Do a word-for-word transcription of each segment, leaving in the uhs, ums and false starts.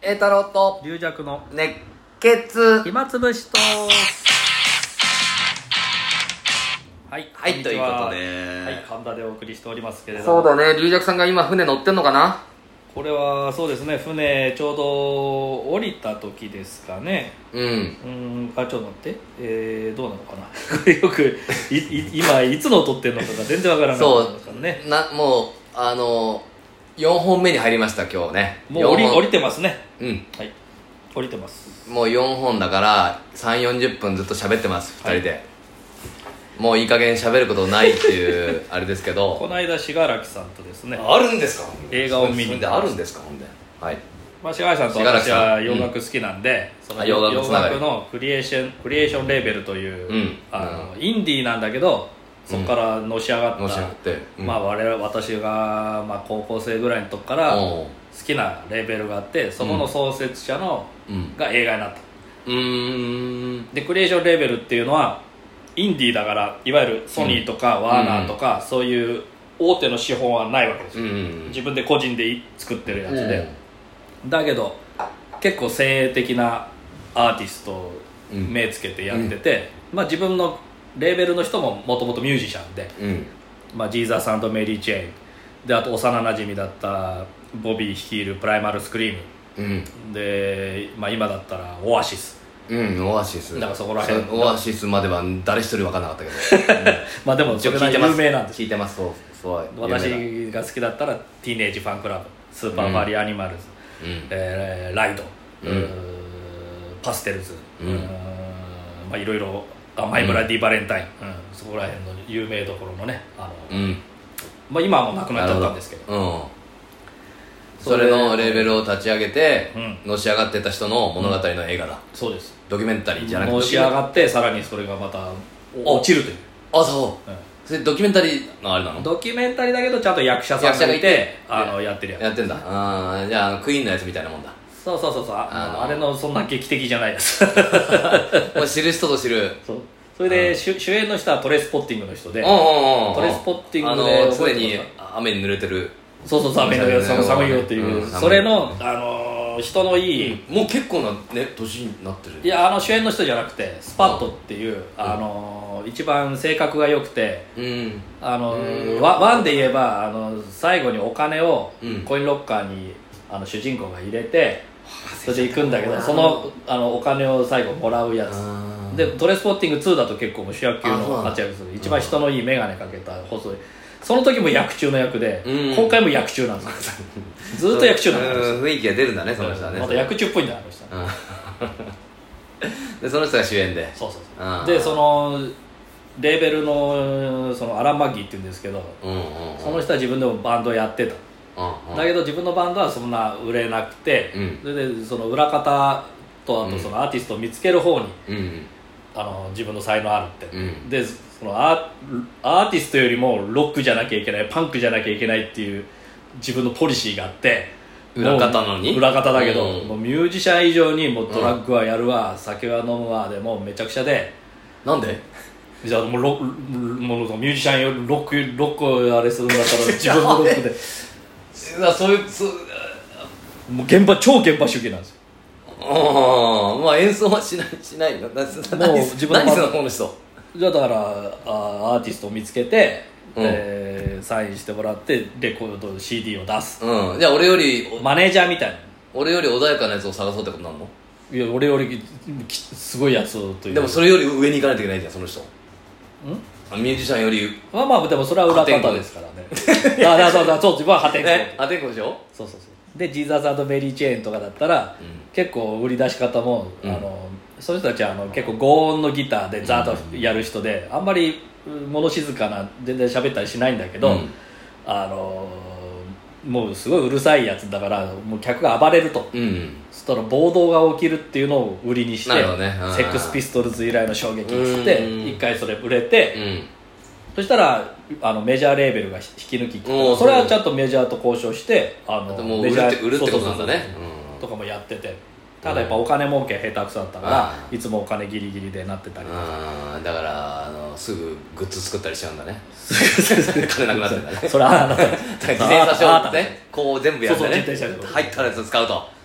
栄太郎と龍弱の熱血。 暇つぶしとはいはい、ということで、 はい、神田でお送りしておりますけれどそうだね、龍弱さんが今船乗ってんのかな。 これはそうですね、船ちょうど降りた時ですかね。 うんうんあちょっと待って、えー、どうなのかなよくいい今いつの撮ってんのかが全然わからないですからね。 なもうあのよんほんめに入りました今日ね。 もう降り降りてますね。 うんはい降りてます。 もうよんほんだからさんじゅうよんじゅっぷんずっと喋ってますふたりで、はい、もういい加減喋ることないっていうあれですけどこの間信楽さんとですねあるんですか映画を見にそれであるんですかほんで、はい、 まあ、信楽さんと私は洋楽好きなんで、うん、その洋 楽, 洋楽のクリエーションクリエーションレーベルという、うん、あのうん、インディーなんだけどそこからのし上がった、うん、まあ、我々私が、まあ、高校生ぐらいの時から好きなレーベルがあってそこの創設者の、うん、が映画になった。うーんでクリエーションレーベルっていうのはインディーだからいわゆるソニーとかワーナーとか、うん、そういう大手の資本はないわけですよ、うん、自分で個人で作ってるやつで、うん、だけど結構先鋭的なアーティストを目つけてやってて、うん、まあ、自分のレーベルの人ももともとミュージシャンで、うん、まあ、ジーザス&メリー・チェーンで、あと幼なじみだったボビー率いるプライマル・スクリーム、うん、で、まあ、今だったらオアシス、 うん、オアシス。 だからそこら辺オアシスまでは誰一人分からなかったけど、うん、 まあでもそれが有名なんです聞いてます。そうそう私が好きだったらティーネージファンクラブ、スーパーファリーアニマルズ、うん、えー、ライド、うん、パステルズ、うん、まあいろいろマイブラディバレンタイン、うん、そこら辺の有名どころのね、あの、うん、まあ、今はもうなくなっちゃったんですけど、うん、 それのレーベルを立ち上げて、うん、のし上がってた人の物語の映画だ、うん、 そうです。 ドキュメンタリーじゃなくてのし上がってさらにそれがまた落ちるという。 あ、そう、うん、それドキュメンタリーのあれなの。 ドキュメンタリーだけどちゃんと役者さんがいてあのやってるやつやってんだ。あじゃあ、あのクイーンのやつみたいなもんだ。 そうそうそうそう、あ, あ, のあれのそんな劇的じゃないですもう知る人ぞ知る。 そうそれで主, 主演の人はトレスポッティングの人で、 トレスポッティングで常に雨に濡れてる。 そうそうそう、雨のその寒いよっていう、うん、それの、あのー、人のいい、 うん、もう結構なね年になってる。 いや、あの主演の人じゃなくてスパットっていう、うん、あのー、一番性格が良くて、うん、あのーうん、ワ, ワンで言えばあの最後にお金をコインロッカーにあの主人公が入れて、それで行くんだけど、その、あのお金を最後もらうやつで、トレスポッティングツーだと結構主役級の活躍する一番人のいい眼鏡かけた細い、その時も役中の役で、うん、今回も役中なんですよずっと役中なんですよ。 雰囲気が出るんだね、その人はね。 また役中っぽいんだよ、あの人、 うん、でその人が主演で、 そうそうそう、でそのレーベル の, そのアラン・マッギーっていうんですけど、うんうんうん、その人は自分でもバンドをやってた、うんうん、だけど自分のバンドはそんな売れなくて、うん、それでその裏方とあとそのアーティストを見つける方に、うんうん、あの自分の才能あるって、うん、でその ア, アーティストよりもロックじゃなきゃいけない、パンクじゃなきゃいけないっていう自分のポリシーがあって、 裏方なのに裏方だけど、うん、もうミュージシャン以上にもうドラッグはやるわ、うん、酒は飲むわでもうめちゃくちゃで、 なんでじゃあもうロもうミュージシャンよりロックロックをあれするんだったら自分のロックでそういうそうもう現場超現場主義なんですよ。 ああ、まあ演奏はしないしないの。もう自分の何その方の人。 じゃあだからあアーティストを見つけて、うん、えー、サインしてもらってレコード シーディー を出す、 うん、じゃあ俺よりマネージャーみたいな、 俺より穏やかなやつを探そうってことなの。 いや、俺よりすごいやつという。 でもそれより上に行かないといけないじゃん、その人。んミュージシャンよりまあまあでもそれは裏方ですからねああそうそうそう、自分は破天荒、 ね、破天荒でしょ。 そうそうそうでジーザス&メリー・チェーンとかだったら、うん、結構売り出し方も、うん、あのそういう人たちはあの結構高音のギターでザーッとやる人で、うん、あんまり物静かな全然喋ったりしないんだけど、うん、あのもうすごいうるさいやつだからもう客が暴れると、うん、そしたら暴動が起きるっていうのを売りにして、ね、セックスピストルズ以来の衝撃っつって一回それ売れて、うん、そしたらあのメジャーレーベルが引き抜き、それはちゃんとメジャーと交渉してあのもうメジャー売るってことなんだね、 とかもやってて、ただやっぱお金儲け下手くそだったから、うん、いつもお金ギリギリでなってたりとか、 うん、だからあのすぐグッズ作ったりしちゃうんだね金なくなってんだねそれはあなた自転車ショーってねこう全部やってねそうそう入ったやつ使うと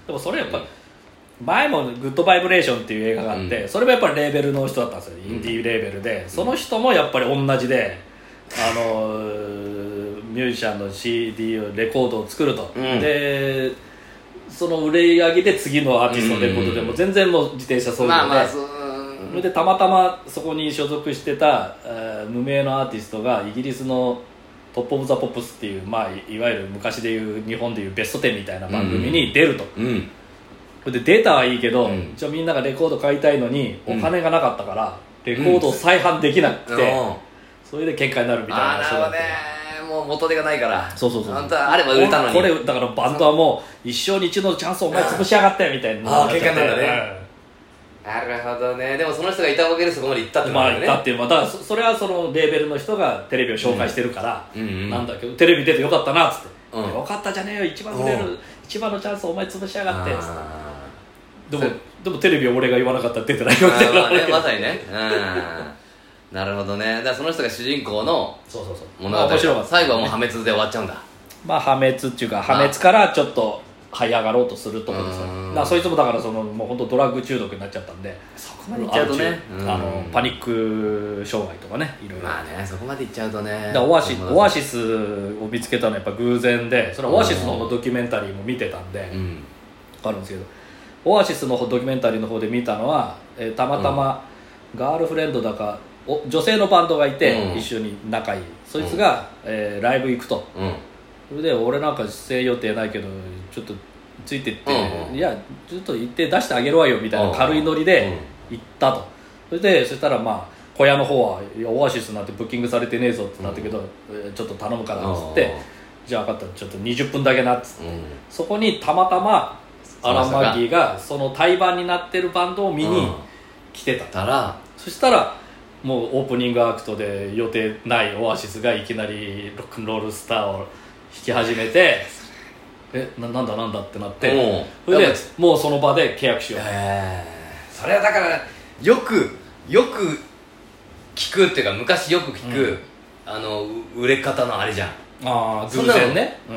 でもそれやっぱ、うん、前もグッドバイブレーションっていう映画があって、うん、それもやっぱりレーベルの人だったんですよ、インディーレーベルで、うん、その人もやっぱり同じで、あのミュージシャンの シーディー をレコードを作ると、うん、でその売れ上げで次のアーティストのレコードでも全然もう自転車操業で、まあまあ、それでたまたまそこに所属してた、えー、無名のアーティストがイギリスのトップオブザポップスっていう、まあ、いわゆる昔でいう日本でいうベストテンみたいな番組に出ると、うんうん、それでデータはいいけど、うん、じゃあみんながレコード買いたいのにお金がなかったから、うん、レコードを再販できなくて、うん、それで喧嘩になるみたいな話だって、もう元手がないからそうそうそう、 あんたあれば売れたのに、 これだからバンドはもう一生に一度のチャンスをお前潰しやがってみたいな、 ああ喧嘩になったね、うん、なるほどね。でもその人がいたおかげでそこまで行ったってことだよね。 まあ行ったっていう、まあ、だから そ, それはそのレーベルの人がテレビを紹介してるから、うん、なんだけどテレビ出てよかったなっつって、うん、よかったじゃねえよ、一番売れる一番のチャンスをお前潰しやがってっつって、でもでもテレビは俺が言わなかったら出てないよみたいな、 ね、まさにね、うん、なるほどね。だからその人が主人公の物語、最後はもう破滅で終わっちゃうんだ。 まあ破滅っていうか破滅からちょっと這い上がろうとするところですよ。だからそいつもだからそのもう本当ドラッグ中毒になっちゃったんで、 そこまでいっちゃうとね、 あのパニック障害とかね、いろいろ。 まあね、そこまでいっちゃうとね。 だオアシオアシスを見つけたのはやっぱ偶然で、それはオアシスのドキュメンタリーも見てたんで、うん、あるんですけど、オアシスのドキュメンタリーの方で見たのは、えー、たまたまガールフレンドだかお女性のバンドがいて、うん、一緒に仲いいそいつが、うん、えー、ライブ行くと、うん、それで俺なんか出演予定ないけどちょっとついてって、うんうん、いやちょっと行って出してあげるわよみたいな軽いノリで行ったと、それでそしたらまあ小屋の方はいやオアシスなんてブッキングされてねえぞってなったけど、うん、ちょっと頼むからっつってじゃあ分かったちょっとにじゅっぷんだけなっつって、うん、そこにたまたまアラン・マーキーがその対バンになってるバンドを見に来てた、うん、らそしたらもうオープニングアクトで予定ないオアシスがいきなりロックンロールスターを弾き始めてえ な, なんだなんだってなって、それでもうその場で契約しよう、 えー、それはだからよくよく聞くっていうか昔よく聞く、うん、あの売れ方のあれじゃん。 ああ偶然ね、うん、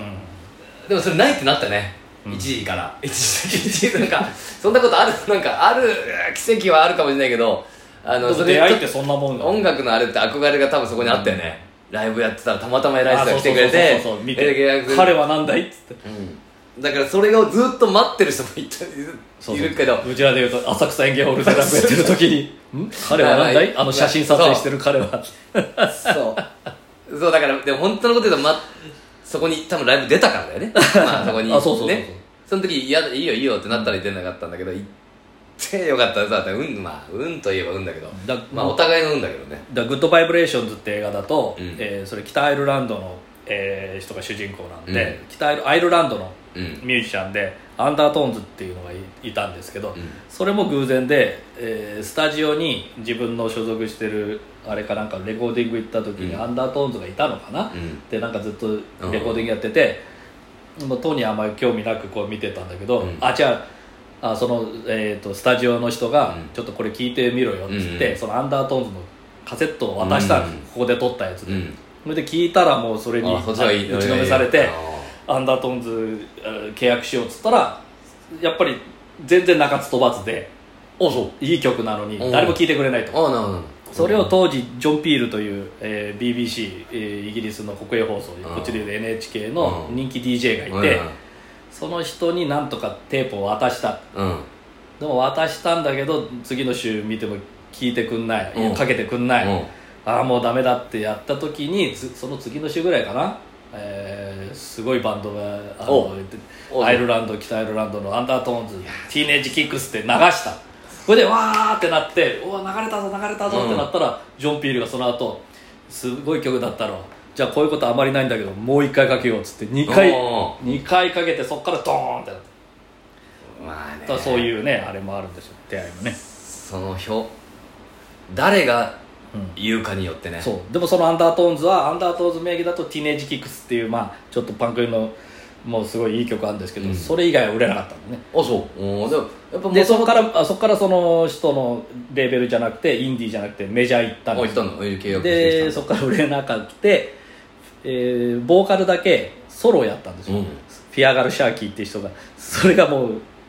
でもそれないってなったね、うん、一時から一時なんかそんなことあるなんかある奇跡はあるかもしれないけど、あのそれ出会いってそんなもん音楽のあれって憧れが多分そこにあったよね、うん、ライブやってたらたまたま偉い人が来てくれて彼はなんだいっつって、 うん、だからそれをずっと待ってる人もいたいるけど、 うちらでいうと浅草園芸ホールでライブやってる時にん彼はなんだいあの写真撮影してる彼はそうそうだからでも本当のこと言うと、ま、そこに多分ライブ出たからだよねまあそこにあそうそうそうそう、 ね、その時いやいいよいいよってなったら出なかったんだけど、行ってよかったさ、運まあ運といえば運だけどだ、まあ、お互いの運だけどね。 だグッドバイブレーションズって映画だと、うん、えー、それ北アイルランドの、えー、人が主人公なんで、うん、北アイル、アイルランドのミュージシャンで、うん、アンダートーンズっていうのが い, いたんですけど、うん、それも偶然で、えー、スタジオに自分の所属してるあれかなんかレコーディング行った時に、うん、アンダートーンズがいたのかな、うん、でなんかずっとレコーディングやってて、うん、トニーあんまり興味なくこう見てたんだけど、うん、あじゃああその、えー、とスタジオの人が、うん、ちょっとこれ聞いてみろよっつって、うん、そのアンダートーンズのカセットを渡したんです、うん、ここで撮ったやつで、うん、それで聞いたらもうそれに打ちのめされてアンダートーンズ契約しようっつったらやっぱり全然中津飛ばずでそういい曲なのに誰も聴いてくれないと。 あなるほど。 それを当時ジョン・ピールという、えー、ビービーシー、えー、イギリスの国営放送こっちでいう エヌエイチケー の人気 ディージェー がいて、その人になんとかテープを渡した、うん、でも渡したんだけど次の週見ても聴いてくんない、うん、かけてくんない、うん、ああもうダメだってやった時にその次の週ぐらいかな、えー、すごいバンドがあのアイルランド北アイルランドのアンダートーンズティーネージキックスって流した。それでわーってなってお流れたぞ流れたぞってなったら、うん、ジョン・ピールがその後すごい曲だったろじゃあこういうことあまりないんだけどもう一回かけようっつってにかいにかいかけてそっからドーンってなって、まあね、だそういうねあれもあるんですよ出会いもね。 その表誰が言うかによってね、 うん、そうでもそのアンダートーンズはアンダートーンズ名義だとティーネージキックスっていうまあちょっとパンクのもうすごいいい曲あるんですけど、うん、それ以外は売れなかったのね。 あそうおでもやっぱでそこからあそこからその人のレーベルじゃなくてインディーじゃなくてメジャー行ったんですよ。 契約でそこから売れなくて、えー、ボーカルだけソロをやったんですよ、うん、フィアガル・シャーキーっていう人がそれがもう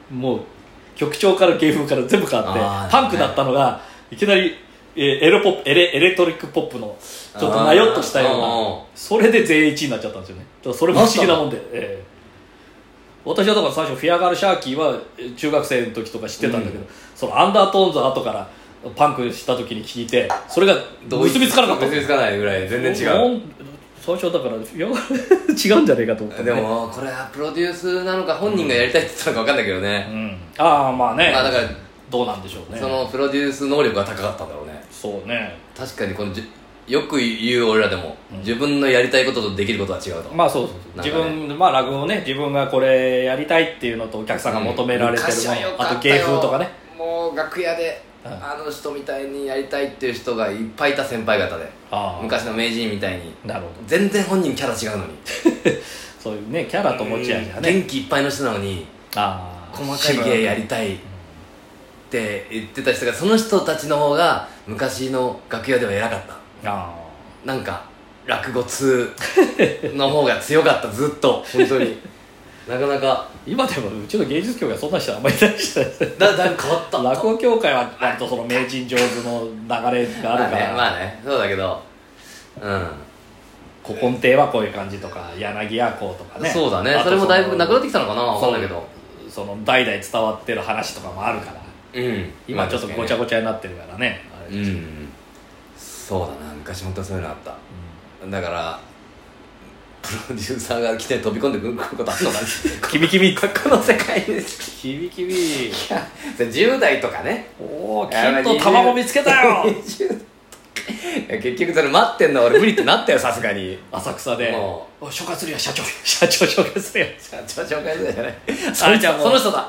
もう曲調から芸風から全部変わってパンクだったのがいきなりえー、エロポップエレ、エレクトリックポップのちょっとなよっとしたようなそれで全員いちいになっちゃったんですよね。だからそれも不思議なもんで、えー、私はだから最初フィアガール・シャーキーは中学生の時とか知ってたんだけど、うん、そのアンダートーンズ後からパンクした時に聞いてそれが結びつかなかった。 結びつかないぐらい全然違う。 最初だからフィアガール違うんじゃねえかと思って、ね、 でもこれはプロデュースなのか本人がやりたいって言ったのか分かんないけどね、 うん、ああまあね、 まあだからどうなんでしょうね。 そのプロデュース能力が高かったんだろうね。 そうね。 確かにこのじよく言う俺らでも、うん、自分のやりたいこととできることは違うと。 まあそうそうそう、ね、自分、まあ落語をね自分がこれやりたいっていうのとお客さんが求められてるもの、うん、あと芸風とかね。 もう楽屋で、うん、あの人みたいにやりたいっていう人がいっぱいいた先輩方で、昔の名人みたいに。 なるほど。 全然本人キャラ違うのにそういうねキャラと持ち味がね、 元気いっぱいの人なのにあ細かい芸やりたいって言ってた人がその人たちの方が昔の楽屋では偉かった。あなんか落語通の方が強かったずっと本当になかなか今でもうちの芸術協会そんな人あんまりいない人だだいぶ変わった落語協会は割とその名人上手の流れがあるから、 まあねまあねそうだけどうん古今亭はこういう感じとか柳家こうとかね。 そうだね。それもだいぶなくなってきたのかな分かんないけどその代々伝わってる話とかもあるから、うん、今ちょっとごちゃごちゃになってるからね、あれ、うん、 そうだな昔本当そういうのあった、うん、だからプロデューサーが来て飛び込んでくることあるのかなキビキビこの世界ですキビキビじゅう代とかねおおきっと卵見つけたよ結局それ待ってんの俺無理ってなったよさすがに浅草で紹介するよ社長社長紹介するよ社長紹介するよじゃないあれじゃあその人だ